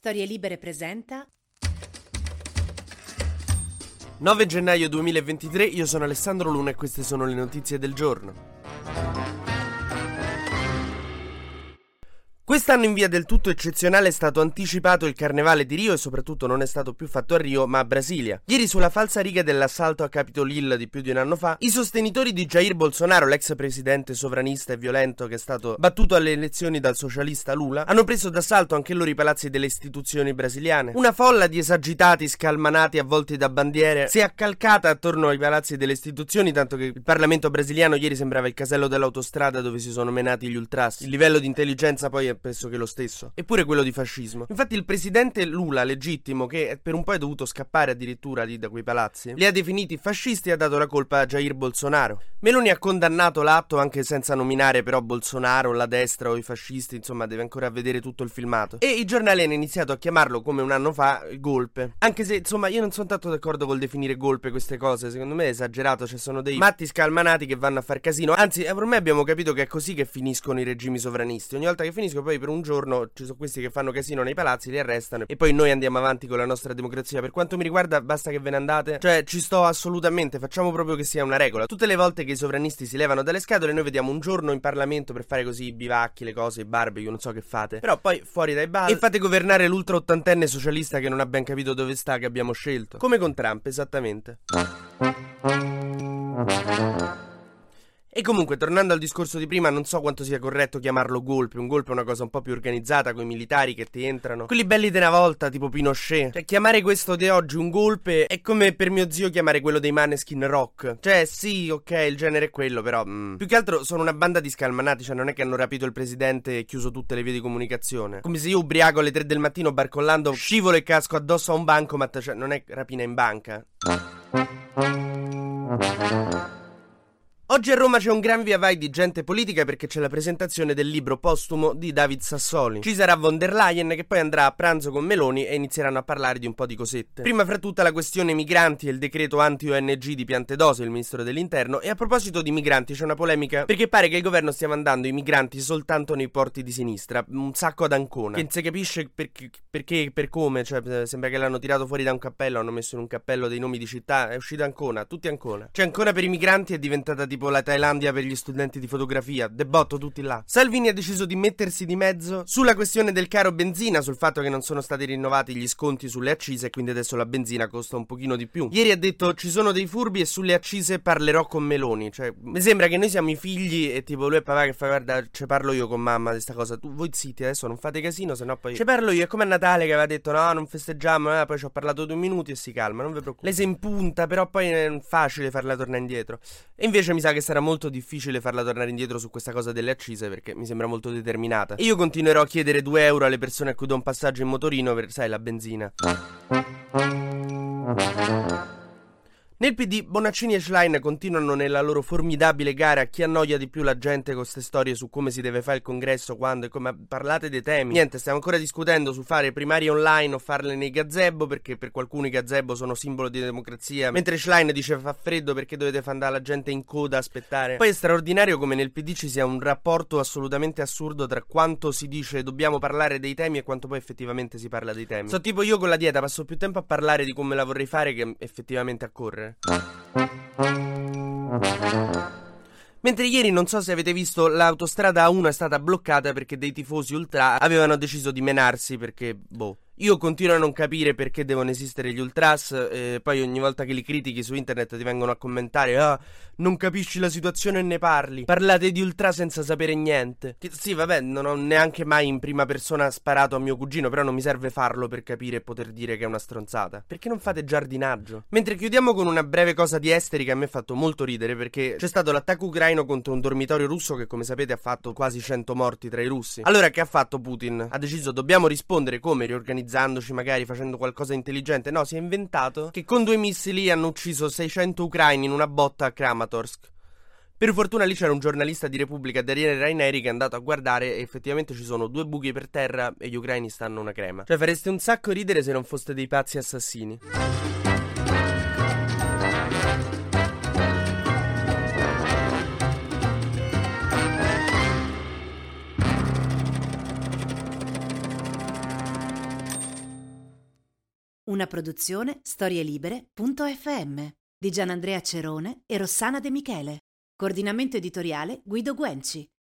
Storie Libere presenta 9 gennaio 2023, io sono Alessandro Luna e queste sono le notizie del giorno. Quest'anno in via del tutto eccezionale è stato anticipato il Carnevale di Rio e soprattutto non è stato più fatto a Rio ma a Brasilia. Ieri sulla falsariga dell'assalto a Capitol Hill di più di un anno fa, i sostenitori di Jair Bolsonaro, l'ex presidente sovranista e violento che è stato battuto alle elezioni dal socialista Lula, hanno preso d'assalto anche loro i palazzi delle istituzioni brasiliane. Una folla di esagitati, scalmanati, avvolti da bandiere si è accalcata attorno ai palazzi delle istituzioni, tanto che il Parlamento brasiliano ieri sembrava il casello dell'autostrada dove si sono menati gli ultras. Il livello di intelligenza poi è penso che lo stesso, eppure quello di fascismo. Infatti il presidente Lula, legittimo, che per un po' è dovuto scappare addirittura da quei palazzi, li ha definiti fascisti e ha dato la colpa a Jair Bolsonaro. Meloni ha condannato l'atto anche senza nominare però Bolsonaro, la destra o i fascisti, insomma deve ancora vedere tutto il filmato. E i giornali hanno iniziato a chiamarlo come un anno fa golpe. Anche se insomma io non sono tanto d'accordo col definire golpe queste cose, secondo me è esagerato, ci sono dei matti scalmanati che vanno a far casino. Anzi, ormai abbiamo capito che è così che finiscono i regimi sovranisti. Ogni volta che finiscono poi per un giorno ci sono questi che fanno casino nei palazzi, li arrestano e poi noi andiamo avanti con la nostra democrazia. Per quanto mi riguarda basta che ve ne andate, cioè ci sto assolutamente, facciamo proprio che sia una regola. Tutte le volte che i sovranisti si levano dalle scatole noi vediamo un giorno in Parlamento per fare così i bivacchi, le cose, i barbecue, non so che fate, però poi fuori dai bar e fate governare l'ultra ottantenne socialista che non ha ben capito dove sta, che abbiamo scelto, come con Trump, esattamente. E comunque, tornando al discorso di prima, non so quanto sia corretto chiamarlo golpe. Un golpe è una cosa un po' più organizzata, con i militari che ti entrano, quelli belli di una volta, tipo Pinochet. Cioè, chiamare questo di oggi un golpe è come per mio zio chiamare quello dei Maneskin rock. Cioè, sì, ok, il genere è quello, però più che altro sono una banda di scalmanati. Cioè, non è che hanno rapito il presidente e chiuso tutte le vie di comunicazione. Come se io ubriaco alle 3 del mattino barcollando, scivolo e casco addosso a un bancomat. Cioè, non è rapina in banca. Oggi a Roma c'è un gran via vai di gente politica perché c'è la presentazione del libro postumo di David Sassoli. Ci sarà von der Leyen che poi andrà a pranzo con Meloni e inizieranno a parlare di un po' di cosette. Prima fra tutta la questione migranti e il decreto anti-ONG di Piantedosi, il ministro dell'interno. E a proposito di migranti c'è una polemica perché pare che il governo stia mandando i migranti soltanto nei porti di sinistra, un sacco ad Ancona, che non si capisce perché per come, cioè sembra che l'hanno tirato fuori da un cappello, hanno messo in un cappello dei nomi di città, è uscito Ancona, tutti Ancona. Cioè Ancona per i migranti è diventata tipo la Thailandia per gli studenti di fotografia, debotto tutti là. Salvini ha deciso di mettersi di mezzo sulla questione del caro benzina, sul fatto che non sono stati rinnovati gli sconti sulle accise e quindi adesso la benzina costa un pochino di più. Ieri ha detto ci sono dei furbi e sulle accise parlerò con Meloni. Cioè mi sembra che noi siamo i figli e tipo lui è papà che fa guarda ci parlo io con mamma di sta cosa, tu voi zitti adesso non fate casino sennò poi ci parlo io. È come a Natale che aveva detto no non festeggiamo, poi ci ho parlato 2 minuti e si calma, non vi preoccupate. Lei si impunta però poi è facile farla tornare indietro e invece mi sa che sarà molto difficile farla tornare indietro su questa cosa delle accise perché mi sembra molto determinata e io continuerò a chiedere 2 euro alle persone a cui do un passaggio in motorino per, sai, la benzina. Nel PD Bonaccini e Schlein continuano nella loro formidabile gara a chi annoia di più la gente con ste storie su come si deve fare il congresso, quando e come. Parlate dei temi. Niente, stiamo ancora discutendo su fare primarie online o farle nei gazebo, perché per qualcuno i gazebo sono simbolo di democrazia, mentre Schlein dice fa freddo perché dovete far andare la gente in coda a aspettare. Poi è straordinario come nel PD ci sia un rapporto assolutamente assurdo tra quanto si dice dobbiamo parlare dei temi e quanto poi effettivamente si parla dei temi. So tipo io con la dieta passo più tempo a parlare di come la vorrei fare che effettivamente a correre. Mentre ieri non so se avete visto l'autostrada A1 è stata bloccata perché dei tifosi ultra avevano deciso di menarsi perché io continuo a non capire perché devono esistere gli ultras, poi ogni volta che li critichi su internet ti vengono a commentare non capisci la situazione e ne parli, parlate di ultra senza sapere niente. Sì vabbè, non ho neanche mai in prima persona sparato a mio cugino, però non mi serve farlo per capire e poter dire che è una stronzata. Perché non fate giardinaggio? Mentre chiudiamo con una breve cosa di esteri che a me ha fatto molto ridere, perché c'è stato l'attacco ucraino contro un dormitorio russo che come sapete ha fatto quasi 100 morti tra i russi. Allora che ha fatto Putin? Ha deciso dobbiamo rispondere come? Riorganizzandoci magari, facendo qualcosa intelligente? No, si è inventato che con 2 missili hanno ucciso 600 ucraini in una botta a Kramatorsk. Per fortuna lì c'era un giornalista di Repubblica, Daniele Raineri, che è andato a guardare e effettivamente ci sono 2 buchi per terra e gli ucraini stanno una crema. Cioè fareste un sacco ridere se non foste dei pazzi assassini. Una produzione storielibere.fm di Gianandrea Cerone e Rossana De Michele. Coordinamento editoriale Guido Guenci.